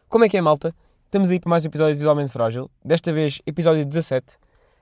Como é que é, malta? Estamos aí para mais um episódio de Visualmente Frágil. Desta vez, episódio 17.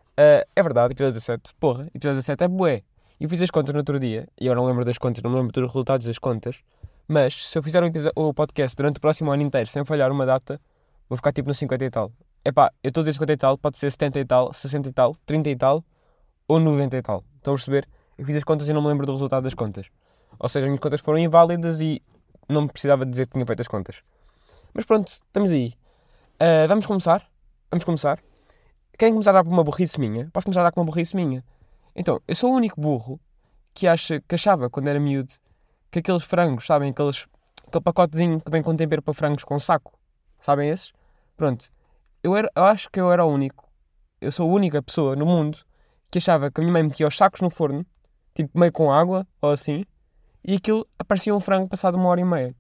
É verdade, episódio 17. Porra, episódio 17 é bué. Eu fiz as contas no outro dia, e eu não lembro das contas, não me lembro dos resultados das contas. Mas, se eu fizer o podcast durante o próximo ano inteiro, sem falhar uma data, vou ficar tipo no 50 e tal. Epá, eu estou a dizer 50 e tal, pode ser 70 e tal, 60 e tal, 30 e tal, ou 90 e tal. Estão a perceber? Eu fiz as contas e não me lembro do resultado das contas. Ou seja, as minhas contas foram inválidas e não me precisava dizer que tinha feito as contas. Mas pronto, estamos aí. Vamos começar? Vamos começar? Querem começar a dar com uma burrice minha? Posso começar a dar com uma burrice minha? Então, eu sou o único burro que achava, quando era miúdo, que aqueles frangos, sabem? Aquele pacotezinho que vem com tempero para frangos com saco. Sabem esses? Pronto. Eu acho que eu era o único. Eu sou a única pessoa no mundo que achava que a minha mãe metia os sacos no forno, tipo meio com água, ou assim, e aquilo aparecia um frango passado 1h30.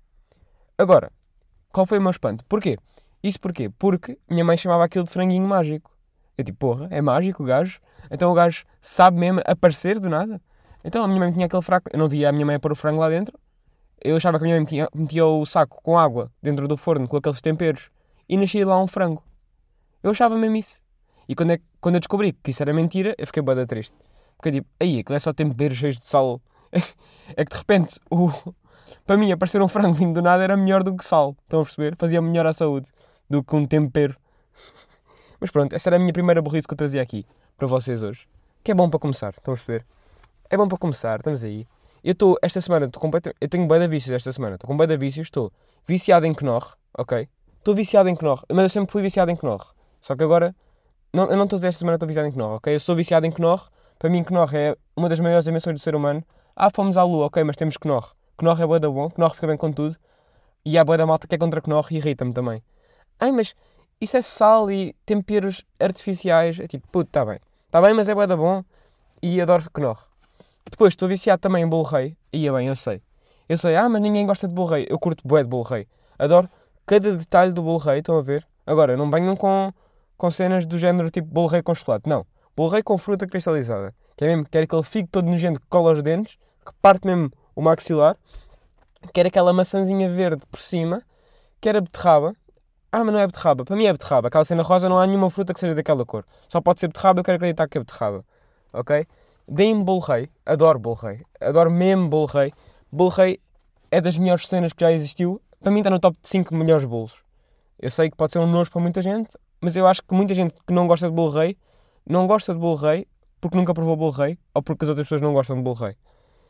Agora, qual foi o meu espanto? Porquê? Isso porquê? Porque minha mãe chamava aquilo de franguinho mágico. Eu tipo, porra, é mágico o gajo? Então o gajo sabe mesmo aparecer do nada? Então a minha mãe tinha aquele fraco. Eu não via a minha mãe pôr o frango lá dentro. Eu achava que a minha mãe metia o saco com água dentro do forno, com aqueles temperos, e nascia lá um frango. Eu achava mesmo isso. E quando eu descobri que isso era mentira, eu fiquei bué da triste. Porque eu tipo, aí, aquilo é só temperos cheios de sal. É que de repente, para mim, aparecer um frango vindo do nada era melhor do que sal. Estão a perceber? Fazia melhor à saúde do que um tempero. Mas pronto, essa era a minha primeira burrice que eu trazia aqui para vocês hoje. Que é bom para começar, estão a perceber? É bom para começar, estamos aí. Esta semana, eu tenho bué de vícios esta semana. Estou com bué de vícios, estou viciado em Knorr, ok? Estou viciado em Knorr, mas eu sempre fui viciado em Knorr. Só que agora, eu não estou esta semana, estou viciado em Knorr, ok? Eu sou viciado em Knorr. Para mim, Knorr é uma das maiores invenções do ser humano. Fomos à lua, ok, mas temos Knorr. Knorr é bué da bom, Knorr fica bem com tudo. E há bué da malta que é contra Knorr e irrita-me também. Mas isso é sal e temperos artificiais. É tipo, puto, está bem. Está bem, mas é bué da bom. E adoro Knorr. Depois, estou viciado também em bolo rei. E é bem, eu sei. Eu sei, mas ninguém gosta de bolo rei. Eu curto bué de bolo rei. Adoro cada detalhe do bolo rei, estão a ver? Agora, não venham com cenas do género tipo bolo rei com chocolate. Não. Bolo rei com fruta cristalizada. Que é mesmo, quer aquele figo todo nojento que cola os dentes, que parte mesmo o maxilar. Quer aquela maçãzinha verde por cima. Quer a beterraba. Mas não é beterraba. Para mim é beterraba. Aquela cena rosa não há nenhuma fruta que seja daquela cor. Só pode ser beterraba, eu quero acreditar que é beterraba. Ok? Deem-me bolo rei. Adoro bolo rei. Adoro mesmo bolo rei. Bolo rei é das melhores cenas que já existiu. Para mim está no top de 5 melhores bolos. Eu sei que pode ser um nojo para muita gente, mas eu acho que muita gente que não gosta de bolo rei, não gosta de bolo rei porque nunca provou bolo rei ou porque as outras pessoas não gostam de bolo rei.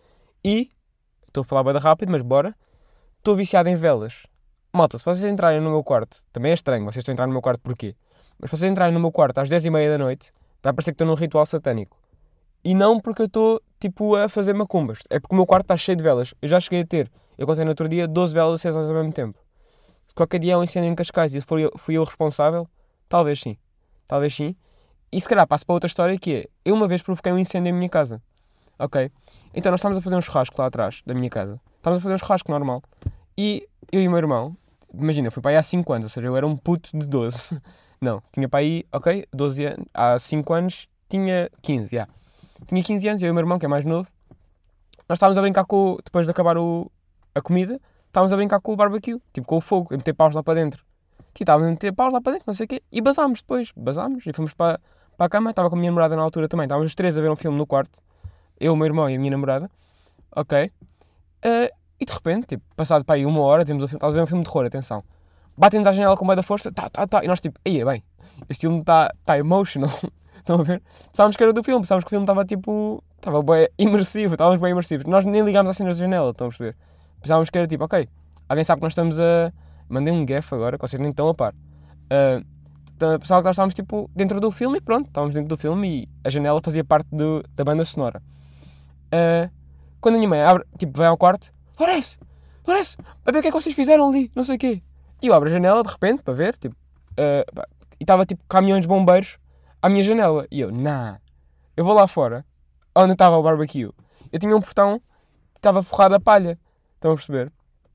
E, estou a falar bem rápido, mas bora, estou viciado em velas. Malta, se vocês entrarem no meu quarto, também é estranho, vocês estão a entrar no meu quarto porquê? Mas se vocês entrarem no meu quarto às 10h30 da noite, vai parecer que estou num ritual satânico. E não porque eu estou, tipo, a fazer macumbas. É porque o meu quarto está cheio de velas. Eu já cheguei a ter, eu contei no outro dia, 12 velas acesas ao mesmo tempo. Se qualquer dia é um incêndio em Cascais e fui eu responsável, talvez sim. Talvez sim. E se calhar passo para outra história que é, eu uma vez provoquei um incêndio em minha casa. Ok? Então nós estávamos a fazer um churrasco lá atrás da minha casa. Estávamos a fazer um churrasco normal. E eu e o meu irmão, imagina, eu fui para aí há 5 anos, ou seja, eu era um puto de 12. Não, tinha para aí, ok, 12 anos. Há 5 anos tinha 15, já. Tinha 15 anos, eu e o meu irmão, que é mais novo. Nós estávamos a brincar depois de acabar a comida, estávamos a brincar com o barbecue, tipo com o fogo, a meter paus lá para dentro. Tipo, estávamos a meter paus lá para dentro, não sei o quê, e basámos depois. Basámos e fomos para a cama. Estava com a minha namorada na altura também. Estávamos os três a ver um filme no quarto. Eu, o meu irmão e a minha namorada. Ok. E de repente, tipo, passado para aí 1 hora, vimos o filme. Estávamos a ver um filme de terror, atenção. Batem-nos à janela com meio da força, tá. E nós tipo, aí é bem, este filme está emotional. Estão a ver? Pensávamos que era do filme, pensávamos que o filme estava tipo, estava bem imersivo, estávamos bem imersivos. Nós nem ligámos às cenas da janela, estão a perceber? Pensávamos que era tipo, ok, alguém sabe que nós estamos a... Mandei um gif agora, que vocês nem estão a par. Pensava que nós estávamos tipo dentro do filme e pronto, estávamos dentro do filme e a janela fazia parte da banda sonora. Quando a minha mãe abre, tipo, vai ao quarto, Lourenço, para ver o que é que vocês fizeram ali, não sei o quê. E eu abro a janela de repente, para ver, tipo, e estava tipo caminhões de bombeiros à minha janela. E eu, eu vou lá fora, onde estava o barbecue. Eu tinha um portão que estava forrado a palha, estão a perceber?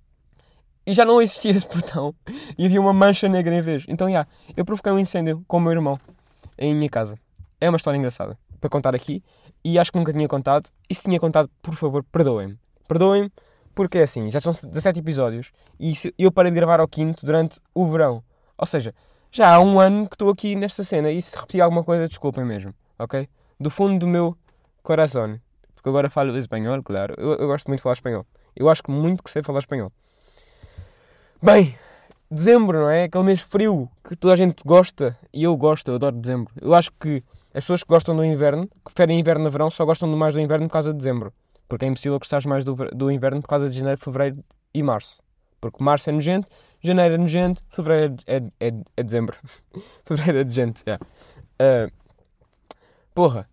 E já não existia esse portão. E havia uma mancha negra em vez. Então, eu provoquei um incêndio com o meu irmão em minha casa. É uma história engraçada para contar aqui. E acho que nunca tinha contado. E se tinha contado, por favor, perdoem-me. Perdoem-me, Porque é assim, já são 17 episódios e eu parei de gravar ao quinto durante o verão. Ou seja, já há um ano que estou aqui nesta cena e se repetir alguma coisa, desculpem mesmo, ok? Do fundo do meu coração. Porque agora falo espanhol, claro. Eu gosto muito de falar espanhol. Eu acho que muito que sei falar espanhol. Bem, dezembro, não é? Aquele mês frio que toda a gente gosta. E eu gosto, eu adoro dezembro. Eu acho que as pessoas que gostam do inverno, que preferem inverno a verão, só gostam mais do inverno por causa de dezembro. Porque é impossível gostares mais do inverno por causa de janeiro, fevereiro e março. Porque março é nojento, janeiro é nojento, fevereiro é dezembro. Fevereiro é nojento, já. Porra.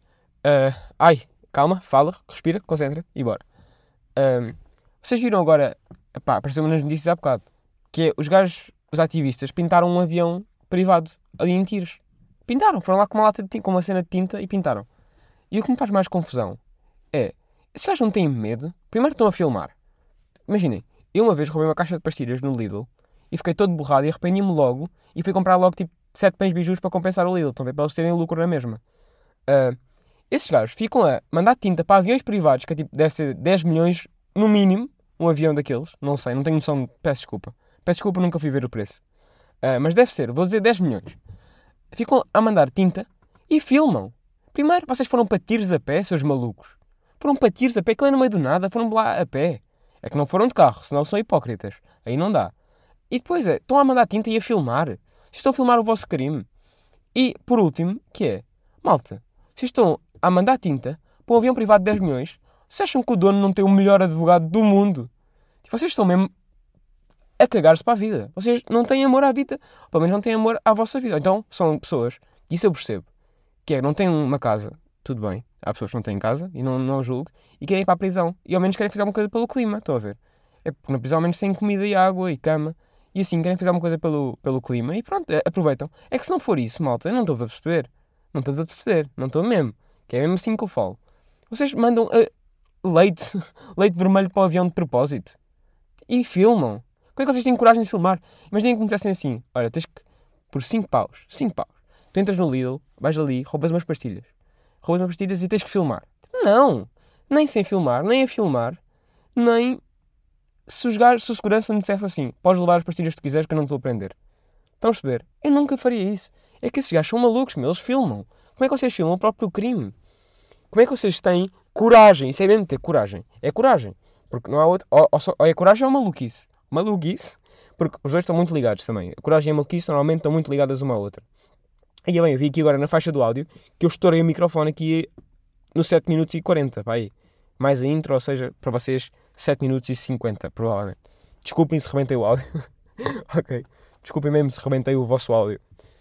Ai, calma, fala, respira, concentra-te e bora. Vocês viram agora, pá, apareceu nas notícias há bocado, que é os gajos, os ativistas, pintaram um avião privado ali em Tiros. Pintaram, foram lá com uma lata de tinta, com uma cena de tinta e pintaram. E o que me faz mais confusão é, esses gajos não têm medo? Primeiro estão a filmar. Imaginem, eu uma vez roubei uma caixa de pastilhas no Lidl e fiquei todo borrado e arrependi-me logo e fui comprar logo tipo 7 pães bijus para compensar o Lidl, estão a ver? Para eles terem lucro na mesma. Esses gajos ficam a mandar tinta para aviões privados, que é tipo, deve ser 10 milhões no mínimo, um avião daqueles, não sei, não tenho noção, peço desculpa. Peço desculpa, nunca fui ver o preço. Mas deve ser, vou dizer 10 milhões. Ficam a mandar tinta e filmam. Primeiro, vocês foram para tiros a pé, seus malucos. Foram para tiros a pé, aquilo é no meio do nada, foram lá a pé. É que não foram de carro, senão são hipócritas. Aí não dá. E depois estão a mandar tinta e a filmar. Vocês estão a filmar o vosso crime. E, por último, que é, malta, vocês estão a mandar tinta para um avião privado de 10 milhões. Vocês acham que o dono não tem o melhor advogado do mundo? Vocês estão mesmo a cagar-se para a vida. Vocês não têm amor à vida. Ou pelo menos não têm amor à vossa vida. Então, são pessoas, que isso eu percebo, que é, não têm uma casa, tudo bem. Há pessoas que não têm casa, e não julgo, e querem ir para a prisão. E ao menos querem fazer alguma coisa pelo clima, estão a ver? É porque na prisão ao menos têm comida e água e cama. E assim, querem fazer alguma coisa pelo clima. E pronto, aproveitam. É que se não for isso, malta, eu não estou a perceber. Não estou a perceber. Não estou mesmo. Que é mesmo assim que eu falo. Vocês mandam leite, leite vermelho para o avião de propósito. E filmam. Como é que vocês têm coragem de filmar? Imaginem que me dissessem assim, olha, tens que, por 5 paus, tu entras no Lidl, vais ali, roubas umas pastilhas e tens que filmar. Não! Nem sem filmar, nem a filmar, nem se o segurança me dissesse assim, podes levar as pastilhas que tu quiseres que eu não estou a prender. Estão a perceber? Eu nunca faria isso. É que esses gajos são malucos, meu, eles filmam. Como é que vocês filmam o próprio crime? Como é que vocês têm coragem? Isso é mesmo ter coragem. É coragem. Porque não há outro. Ou é coragem ou maluquice. Maluquice, porque os dois estão muito ligados também. A coragem e a maluquice normalmente estão muito ligadas uma à outra. E bem, eu vi aqui agora na faixa do áudio que eu estourei o microfone aqui no 7 minutos e 40. Pá, aí. Mais a intro, ou seja, para vocês 7 minutos e 50, provavelmente. Desculpem se rebentei o áudio. Ok. Desculpem mesmo se rebentei o vosso áudio.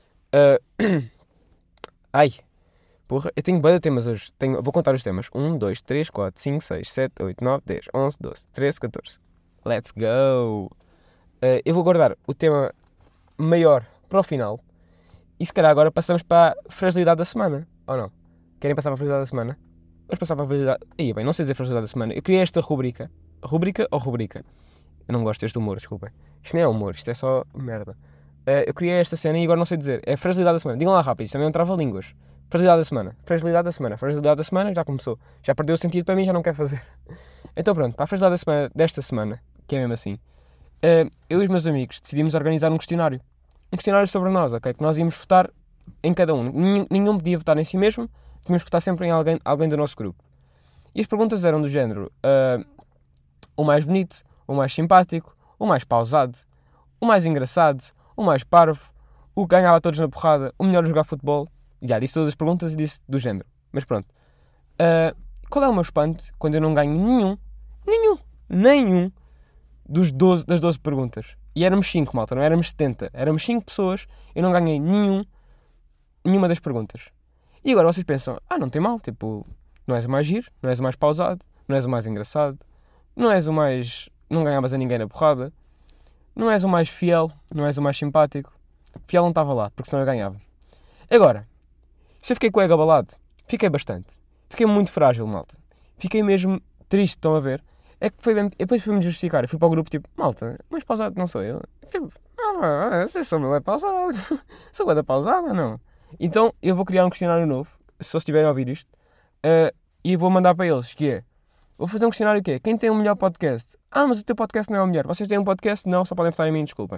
Ai. Porra, eu tenho bué de temas hoje. Vou contar os temas. 1, 2, 3, 4, 5, 6, 7, 8, 9, 10, 11, 12, 13, 14. Let's go! Eu vou guardar o tema maior para o final. E se calhar agora passamos para a fragilidade da semana. Ou não? Querem passar para a fragilidade da semana? Vamos passar para a fragilidade... Aí, bem, não sei dizer fragilidade da semana. Eu criei esta rubrica. Rubrica ou rubrica? Eu não gosto deste humor, desculpem. Isto não é humor, isto é só merda. Eu criei esta cena e agora não sei dizer. É fragilidade da semana. Digam lá rápido, isto também é um trava-línguas. Fragilidade da semana. Fragilidade da semana. Fragilidade da semana já começou. Já perdeu o sentido para mim, já não quero fazer. Então pronto, para a fragilidade da semana, desta semana, que é mesmo assim, eu e os meus amigos decidimos organizar um questionário. Um questionário sobre nós, ok? Que nós íamos votar em cada um. Nenhum podia votar em si mesmo, tínhamos que votar sempre em alguém do nosso grupo. E as perguntas eram do género, o mais bonito, o mais simpático, o mais pausado, o mais engraçado, o mais parvo, o que ganhava todos na porrada, o melhor a jogar futebol. Já disse todas as perguntas e disse do género. Mas pronto. Qual é o meu espanto quando eu não ganho nenhum das 12 perguntas? E éramos 5, malta, não éramos 70. Éramos 5 pessoas, eu não ganhei nenhuma das perguntas. E agora vocês pensam, não tem mal, tipo, não és o mais giro, não és o mais pausado, não és o mais engraçado, não és o mais... não ganhavas a ninguém na porrada, não és o mais fiel, não és o mais simpático. Fiel não estava lá, porque senão eu ganhava. Agora, se eu fiquei com o ego abalado, fiquei bastante. Fiquei muito frágil, malta. Fiquei mesmo triste, estão a ver? É que foi mesmo... Depois fui-me justificar. Eu fui para o grupo tipo, malta, mas pausado não sou eu. Tipo, eu sou meu é pausado. Sou bué da pausada, não? Então eu vou criar um questionário novo, se eles estiverem a ouvir isto, e vou mandar para eles, que é Vou fazer um questionário o quê? Quem tem o melhor podcast? Ah, mas o teu podcast não é o melhor. Vocês têm um podcast? Não, só podem votar em mim, desculpem.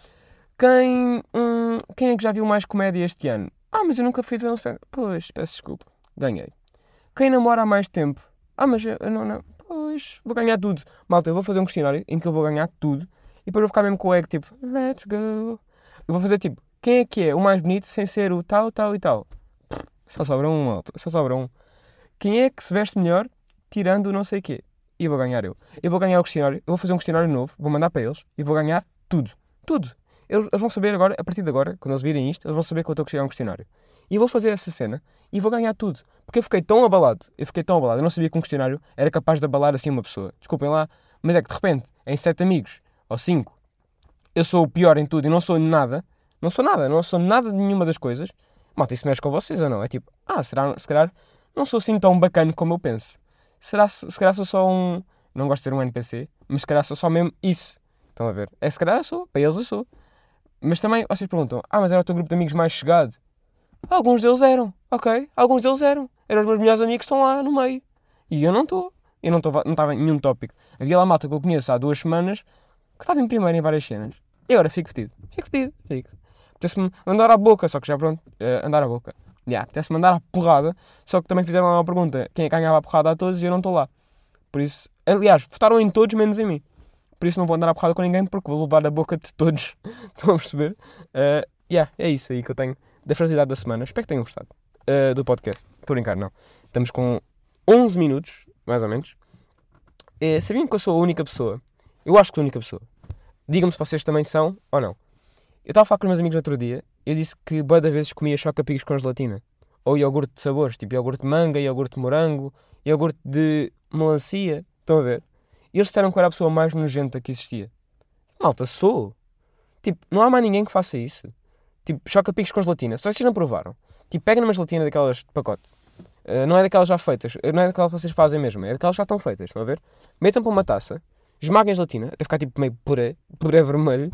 Quem é que já viu mais comédia este ano? Ah, mas eu nunca fui ver um stand. Pois, peço desculpa. Ganhei. Quem namora há mais tempo? Ah, mas eu não. Pois, vou ganhar tudo. Malta, eu vou fazer um questionário em que eu vou ganhar tudo. E depois vou ficar mesmo com o ego, tipo, let's go. Eu vou fazer tipo, quem é que é o mais bonito sem ser o tal, tal e tal? Só sobra um, malta. Só sobra um. Quem é que se veste melhor tirando o não sei quê? E vou ganhar eu. Eu vou ganhar o questionário. Eu vou fazer um questionário novo. Vou mandar para eles. E vou ganhar tudo. Tudo. Eles vão saber agora, a partir de agora, quando eles virem isto, eles vão saber que eu estou a chegar a um questionário. E eu vou fazer essa cena e vou ganhar tudo. Porque eu fiquei tão abalado. Eu não sabia que um questionário era capaz de abalar assim uma pessoa. Desculpem lá. Mas é que de repente, em 7 amigos, ou 5, eu sou o pior em tudo e não sou nada. Não sou nada de nenhuma das coisas. Malta, isso mexe com vocês ou não? É tipo, se calhar não sou assim tão bacana como eu penso. Se calhar sou só um... Não gosto de ser um NPC, mas se calhar sou só mesmo isso. Estão a ver? Se calhar eu sou. Para eles eu sou. Mas também, vocês perguntam, mas era o teu grupo de amigos mais chegado? Alguns deles eram, ok? Alguns deles eram. Eram os meus melhores amigos que estão lá no meio. E eu não estou. Eu não estava em nenhum tópico. Havia lá malta que eu conheço há 2 semanas que estava em primeiro em várias cenas. E agora fico fedido. Fico. Apetece-me andar à boca, só que já pronto, andar à boca. Apetece-me andar à porrada, só que também fizeram lá uma pergunta. Quem é que ganhava a porrada a todos e eu não estou lá. Por isso, aliás, votaram em todos menos em mim. Por isso não vou andar à porrada com ninguém porque vou levar a boca de todos. Estão a perceber? É isso aí que eu tenho da fragilidade da semana. Espero que tenham gostado do podcast. Estou a brincar, não. Estamos com 11 minutos, mais ou menos. Sabiam que eu sou a única pessoa? Eu acho que sou a única pessoa. Digam-me se vocês também são ou não. Eu estava a falar com os meus amigos no outro dia. Eu disse que boa da vezes comia choca-picos com gelatina. Ou iogurte de sabores, tipo iogurte de manga, iogurte de morango, iogurte de melancia. Estão a ver? E eles disseram que eu era a pessoa mais nojenta que existia. Malta, sou. Tipo, não há mais ninguém que faça isso. Tipo, choca-picos com gelatina. Se vocês não provaram, tipo, pega numa gelatina daquelas de pacote. Não é daquelas já feitas. Não é daquelas que vocês fazem mesmo. É daquelas que já estão feitas. Estão a ver? Metam para uma taça. Esmaguem a gelatina. Até ficar tipo meio puré. Puré vermelho.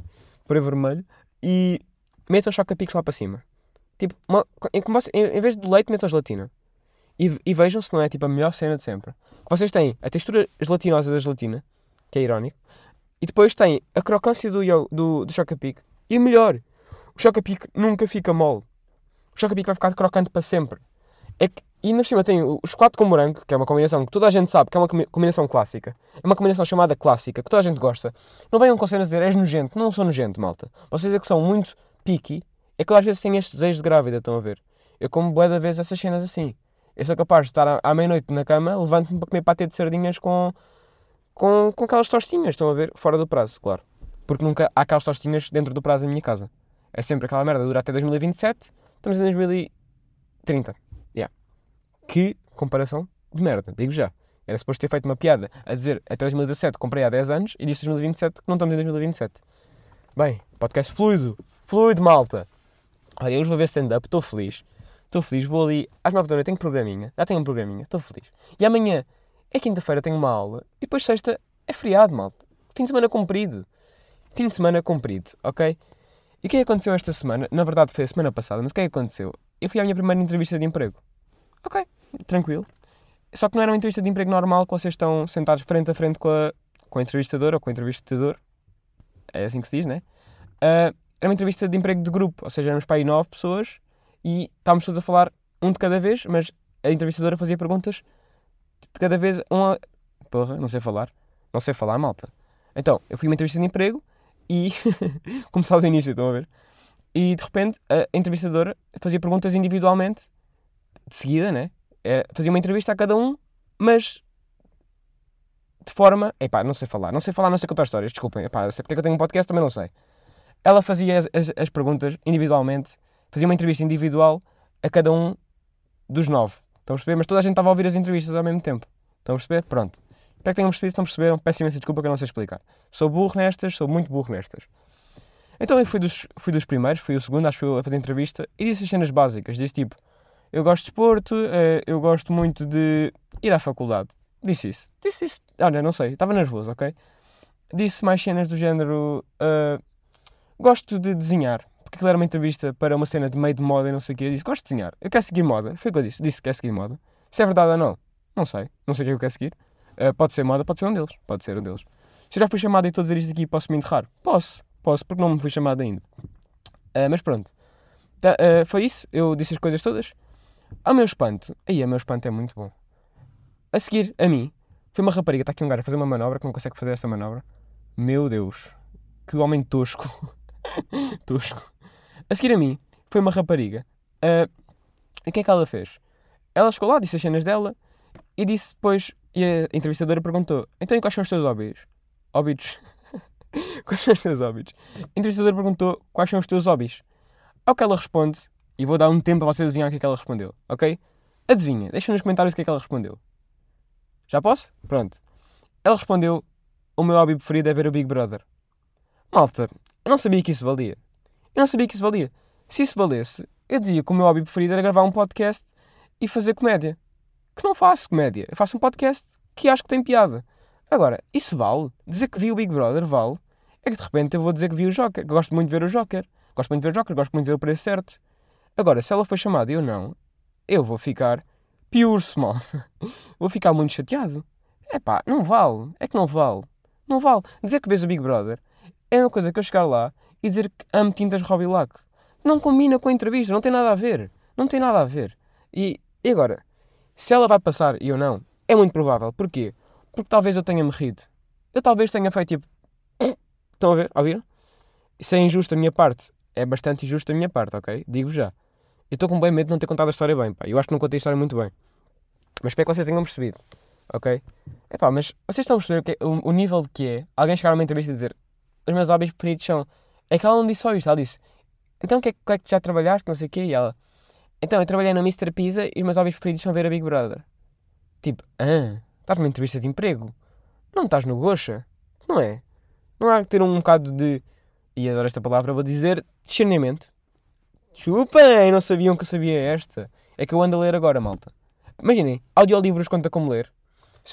E metam choca-picos lá para cima. Tipo, em vez de leite, metam gelatina. E vejam se não é tipo a melhor cena de sempre. Vocês têm a textura gelatinosa da gelatina, que é irónico, e depois têm a crocância do choca-pic. E o melhor, o choca-pic nunca fica mole. O choca-pic vai ficar crocante para sempre. E ainda por cima tem o chocolate com morango, que é uma combinação que toda a gente sabe que é uma combinação clássica. É uma combinação chamada clássica, que toda a gente gosta. Não venham com cenas a dizer, és nojento. Não sou nojento, malta. Vocês é que são muito picky. É que eu às vezes tenho estes desejos de grávida, estão a ver? Eu como bué da vez essas cenas assim. Eu sou capaz de estar à meia-noite na cama, levanto-me para comer patê de sardinhas com aquelas tostinhas, estão a ver? Fora do prazo, claro. Porque nunca há aquelas tostinhas dentro do prazo da minha casa. É sempre aquela merda, dura até 2027, estamos em 2030. Que comparação de merda, digo já. Era suposto ter feito uma piada a dizer até 2017 comprei há 10 anos e disse 2027 que não estamos em 2027. Bem, podcast fluido, malta. Olha, eu hoje vou ver stand-up, estou feliz, vou ali às 9 da noite, tenho programinha, já tenho um programinha, estou feliz. E amanhã é quinta-feira, tenho uma aula e depois sexta é feriado, malta. Fim de semana comprido, ok? E o que é que aconteceu esta semana? Na verdade foi a semana passada, mas o que é que aconteceu? Eu fui à minha primeira entrevista de emprego. Ok, tranquilo. Só que não era uma entrevista de emprego normal que vocês estão sentados frente a frente com a entrevistadora ou com o entrevistador. É assim que se diz, né? Era uma entrevista de emprego de grupo. Ou seja, éramos para aí 9 pessoas e estávamos todos a falar um de cada vez, mas a entrevistadora fazia perguntas de cada vez Porra, não sei falar. Não sei falar, malta. Então, eu fui a uma entrevista de emprego e... Começava do início, estão a ver? E, de repente, a entrevistadora fazia perguntas individualmente, de seguida, né? Fazia uma entrevista a cada um, mas de forma... não sei falar, não sei contar histórias, desculpem. Sei porque é que eu tenho um podcast, também não sei. Ela fazia as perguntas individualmente, fazia uma entrevista individual a cada um dos 9. Estão a perceber? Mas toda a gente estava a ouvir as entrevistas ao mesmo tempo. Estão a perceber? Pronto. Espero que tenham percebido, se não perceberam, peço imensa desculpa que eu não sei explicar. Sou muito burro nestas. Então eu fui dos primeiros, fui o segundo, acho eu, a fazer entrevista, e disse as cenas básicas, disse tipo, eu gosto de desporto, eu gosto muito de ir à faculdade. Disse isso. Olha, não sei, estava nervoso, ok? Disse mais cenas do género, gosto de desenhar, porque aquilo era uma entrevista para uma cena de meio de moda e não sei o quê. Eu disse, gosto de desenhar, eu quero seguir moda. Foi o que eu disse que quer seguir moda. Se é verdade ou não, não sei o que eu quero seguir. Pode ser moda, pode ser um deles. Pode ser um deles. Se eu já fui chamado e estou a dizer isto aqui, posso me enterrar? Posso, porque não me fui chamado ainda. Mas pronto. Foi isso, eu disse as coisas todas. Ao meu espanto é muito bom. A seguir, a mim, foi uma rapariga, está aqui um gajo a fazer uma manobra que não consegue fazer esta manobra. Meu Deus, que homem tosco. Tosco. A seguir a mim, foi uma rapariga. O que é que ela fez? Ela chegou lá, disse as cenas dela e disse depois, e a entrevistadora perguntou, então e quais são os teus hobbies? Hobbies? Quais são os teus hobbies? A entrevistadora perguntou quais são os teus hobbies. Ao que ela responde, e vou dar um tempo para vocês adivinhar o que é que ela respondeu, ok? Adivinha, deixa nos comentários o que é que ela respondeu. Já posso? Pronto. Ela respondeu, o meu hobby preferido é ver o Big Brother. Malta, eu não sabia que isso valia. Se isso valesse, eu dizia que o meu hobby preferido era gravar um podcast e fazer comédia. Que não faço comédia. Eu faço um podcast que acho que tem piada. Agora, isso vale? Dizer que vi o Big Brother vale? É que de repente eu vou dizer que vi o Joker. Que gosto muito de ver o Joker. Gosto muito de ver o Preço Certo. Agora, se ela foi chamada e eu não, eu vou ficar pure small. Vou ficar muito chateado. Epá, não vale. É que não vale. Não vale. Dizer que vês o Big Brother é uma coisa que eu chegar lá e dizer que amo tintas Robilac. Não combina com a entrevista. Não tem nada a ver. Não tem nada a ver. E agora, se ela vai passar e eu não, é muito provável. Porquê? Porque talvez eu tenha-me rido. Eu talvez tenha feito tipo... Estão a ver? Ouviram? Isso é injusto da minha parte. É bastante injusto da minha parte, ok? Digo já. Eu estou com bem medo de não ter contado a história bem, pá. Eu acho que não contei a história muito bem. Mas espero que vocês tenham percebido, ok? Epá, mas vocês estão a perceber o nível de que é alguém chegar a uma entrevista e dizer os meus hobbies preferidos são... É que ela não disse só isto. Ela disse, então o que é que já trabalhaste? Não sei o quê. E ela, então eu trabalhei no Mr. Pizza e os meus hobbies preferidos são ver a Big Brother. Tipo, estás numa entrevista de emprego? Não estás no Gocha? Não é? Não há que ter um bocado de... E adoro esta palavra, vou dizer discernimento. Chupem, não sabiam que eu sabia esta. É que eu ando a ler agora, malta. Imaginem, audiolivros conta como ler. Se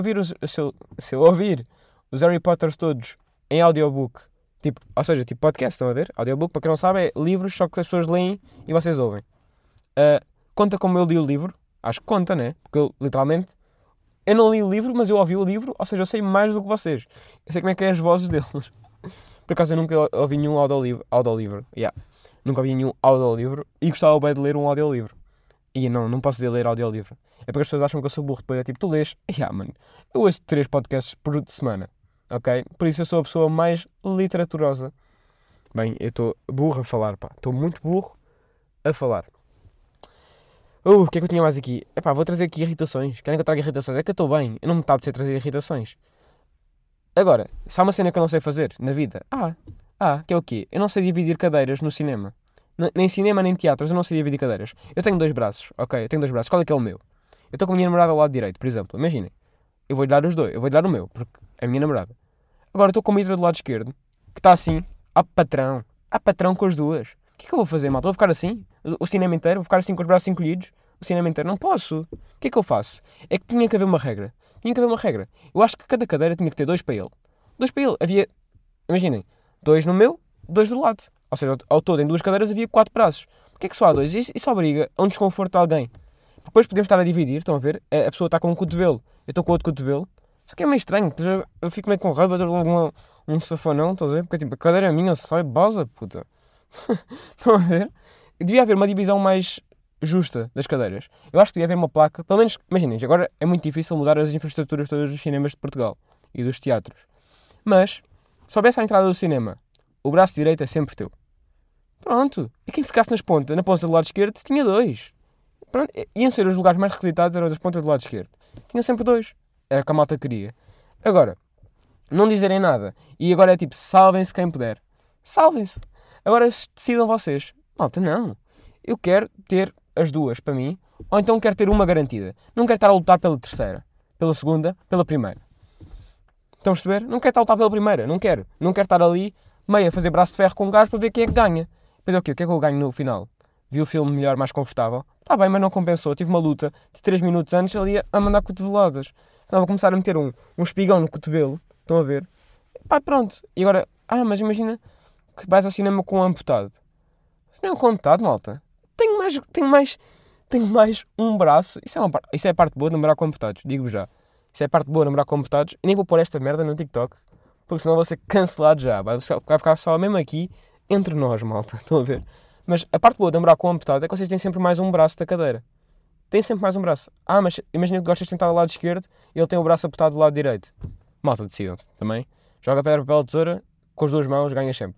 eu ouvir os Harry Potters todos em audiobook, tipo, ou seja, tipo podcast, estão a ver? Audiobook, para quem não sabe, é livros só que as pessoas leem e vocês ouvem. Conta como eu li o livro. Acho que conta, né? Porque eu, literalmente, eu não li o livro, mas eu ouvi o livro, ou seja, eu sei mais do que vocês. Eu sei como é que é as vozes deles. Por acaso eu nunca ouvi nenhum audiolivro. Yeah. Nunca ouvi nenhum audiolivro e gostava bem de ler um audiolivro. E não posso ler audiolivro. É porque as pessoas acham que eu sou burro. Depois é tipo, tu lês. Mano, eu ouço 3 podcasts por semana. Ok? Por isso eu sou a pessoa mais literaturosa. Bem, eu estou burro a falar, pá. Estou muito burro a falar. O que é que eu tinha mais aqui? Epá, vou trazer aqui irritações. Querem que eu traga irritações? É que eu estou bem. Eu não me estava de ser trazer irritações. Agora, se há uma cena que eu não sei fazer na vida, que é o quê? Eu não sei dividir cadeiras no cinema. Nem cinema, nem teatros, eu não sei dividir cadeiras. Eu tenho 2 braços, ok? Eu tenho 2 braços. Qual é que é o meu? Eu estou com a minha namorada ao lado direito, por exemplo. Imaginem. Eu vou-lhe dar os 2. Eu vou-lhe dar o meu, porque é a minha namorada. Agora, eu estou com a Mitra do lado esquerdo, que está assim. Patrão. Patrão com as duas. O que é que eu vou fazer, malta? Vou ficar assim? O cinema inteiro? Vou ficar assim com os braços encolhidos? O cinema inteiro? Não posso. O que é que eu faço? É que tinha que haver uma regra. Eu acho que cada cadeira tinha que ter 2 para ele. 2 para ele. Havia, imaginem, 2 no meu, 2 do lado. Ou seja, ao todo, em 2 cadeiras havia 4 braços. Porquê é que só há 2? Isso obriga a um desconforto de alguém. Depois podemos estar a dividir, estão a ver? A pessoa está com um cotovelo, eu estou com outro cotovelo. Só que é meio estranho. Eu fico meio com raiva de logo um safanão, estás a ver? Porque tipo, a cadeira é minha, sai bosa, puta. Estão a ver? Devia haver uma divisão mais justa das cadeiras. Eu acho que devia haver uma placa. Pelo menos, imaginem, agora é muito difícil mudar as infraestruturas todas dos cinemas de Portugal e dos teatros. Mas, se houvesse à entrada do cinema, o braço direito é sempre teu. Pronto. E quem ficasse na ponta do lado esquerdo, tinha 2. Pronto. Iam ser os lugares mais requisitados, eram das pontas do lado esquerdo. Tinha sempre 2. Era o que a malta queria. Agora, não dizerem nada. E agora é tipo, salvem-se quem puder. Salvem-se. Agora decidam vocês. Malta, não. Eu quero ter as 2 para mim, ou então quero ter uma garantida. Não quero estar a lutar pela terceira, pela segunda, pela primeira. Estão a perceber? Não quero estar a lutar pela primeira. Não quero estar ali, meio a fazer braço de ferro com um gajo para ver quem é que ganha. Depois o que é que eu ganho no final? Vi o filme melhor, mais confortável. Está bem, mas não compensou. Tive uma luta de 3 minutos antes ali a mandar cotoveladas. Não, vou começar a meter um espigão no cotovelo. Estão a ver? Pá, pronto. E agora, mas imagina que vais ao cinema com um amputado. Se não é com um amputado, malta. Tenho mais um braço. Isso é a parte boa de namorar com amputados. Digo-vos já. Isso é a parte boa, namorar com deputados. E nem vou pôr esta merda no TikTok, porque senão vou ser cancelado já. Vai ficar só mesmo aqui, entre nós, malta. Estão a ver? Mas a parte boa de namorar com um deputado é que vocês têm sempre mais um braço da cadeira. Tem sempre mais um braço. Mas imagina que gostas de sentar do lado esquerdo e ele tem o braço apertado do lado direito. Malta, decidam-se também. Joga pedra, papel, tesoura, com as duas mãos, ganhas sempre.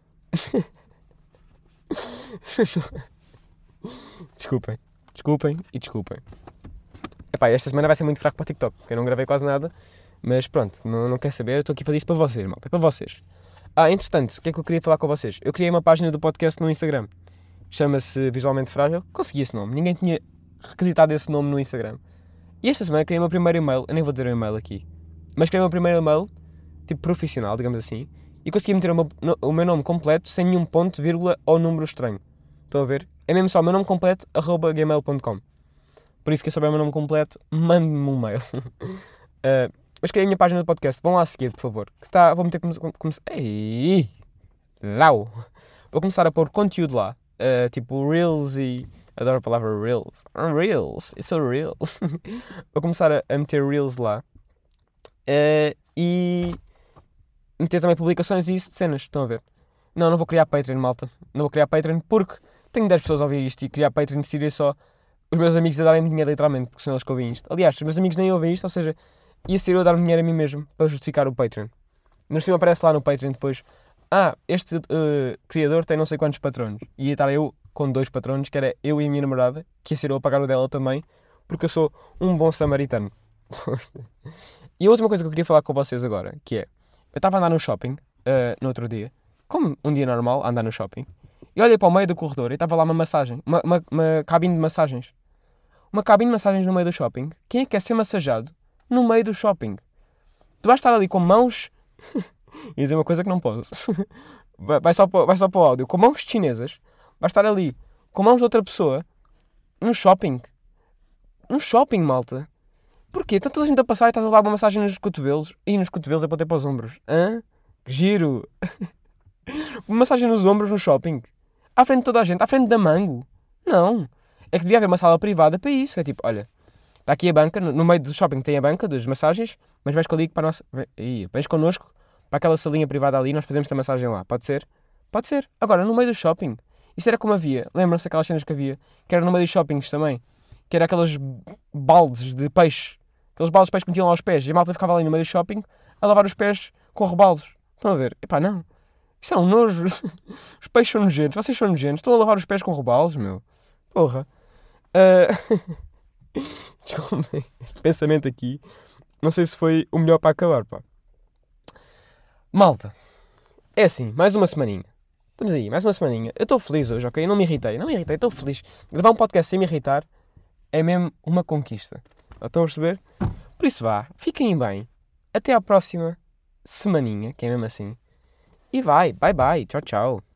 Desculpem. Epá, esta semana vai ser muito fraco para o TikTok. Eu não gravei quase nada, mas pronto, não quer saber. Eu estou aqui a fazer isto para vocês, malta. É para vocês. Entretanto, o que é que eu queria falar com vocês? Eu criei uma página do podcast no Instagram. Chama-se Visualmente Frágil. Consegui esse nome. Ninguém tinha requisitado esse nome no Instagram. E esta semana criei o meu primeiro e-mail. Eu nem vou ter um e-mail aqui. Mas criei o meu primeiro e-mail, tipo profissional, digamos assim. E consegui meter o meu nome completo, sem nenhum ponto, vírgula ou número estranho. Estão a ver? É mesmo só o meu nome completo, @gmail.com. Por isso que eu souber o meu nome completo, mande-me um mail. Mas criei a minha página do podcast. Vão lá seguir, por favor. Que tá, vou meter começar. Ei! Lau! Vou começar a pôr conteúdo lá. Tipo Reels e... Adoro a palavra Reels. Reels. It's so real. Vou começar a meter Reels lá. E... meter também publicações e isso de cenas. Estão a ver? Não vou criar Patreon, malta. Não vou criar Patreon porque tenho 10 pessoas a ouvir isto e criar Patreon seria só os meus amigos a darem-me dinheiro literalmente, porque são eles que ouvem isto. Aliás, os meus amigos nem ouvem isto, ou seja, ia ser eu a dar-me dinheiro a mim mesmo para justificar o Patreon. No cima aparece lá no Patreon depois, este criador tem não sei quantos patronos. E ia estar eu com 2 patronos, que era eu e a minha namorada, que ia ser eu a pagar o dela também, porque eu sou um bom samaritano. E a última coisa que eu queria falar com vocês agora, que é, eu estava a andar no shopping, no outro dia, como um dia normal, a andar no shopping, e olhei para o meio do corredor e estava lá uma massagem, uma cabine de massagens. Uma cabine de massagens no meio do shopping. Quem é que quer ser massageado no meio do shopping? Tu vais estar ali com mãos... Ia dizer uma coisa que não posso. Vai só para o áudio. Com mãos chinesas. Vais estar ali com mãos de outra pessoa no shopping. No shopping, malta. Porquê? Está toda a gente a passar e estás a dar uma massagem nos cotovelos. E nos cotovelos é para ter para os ombros. Que giro. Uma massagem nos ombros no shopping. À frente de toda a gente. À frente da Mango. Não. É que devia haver uma sala privada para isso. É tipo, olha, está aqui a banca, no meio do shopping tem a banca das massagens, mas vais comigo para a nossa... Vens connosco para aquela salinha privada ali e nós fazemos a massagem lá. Pode ser? Pode ser. Agora, no meio do shopping. Isso era como havia. Lembram-se daquelas cenas que havia? Que era no meio dos shoppings também. Que era aqueles baldes de peixe. Aqueles baldes de peixe que metiam lá aos pés. E a malta ficava ali no meio do shopping a lavar os pés com rebaldos. Estão a ver? Epá, não. Isso é um nojo. Os peixes são nojentos. Vocês são nojentos. Estão a lavar os pés com rebaldos, meu. Porra. Desculpem, este pensamento aqui não sei se foi o melhor para acabar, pá. Malta, é assim, mais uma semaninha. Estamos aí, mais uma semaninha. Eu estou feliz hoje, ok? Não me irritei, estou feliz. Gravar um podcast sem me irritar é mesmo uma conquista. Estão a perceber? Por isso vá, fiquem bem. Até à próxima semaninha, que é mesmo assim. E bye, tchau.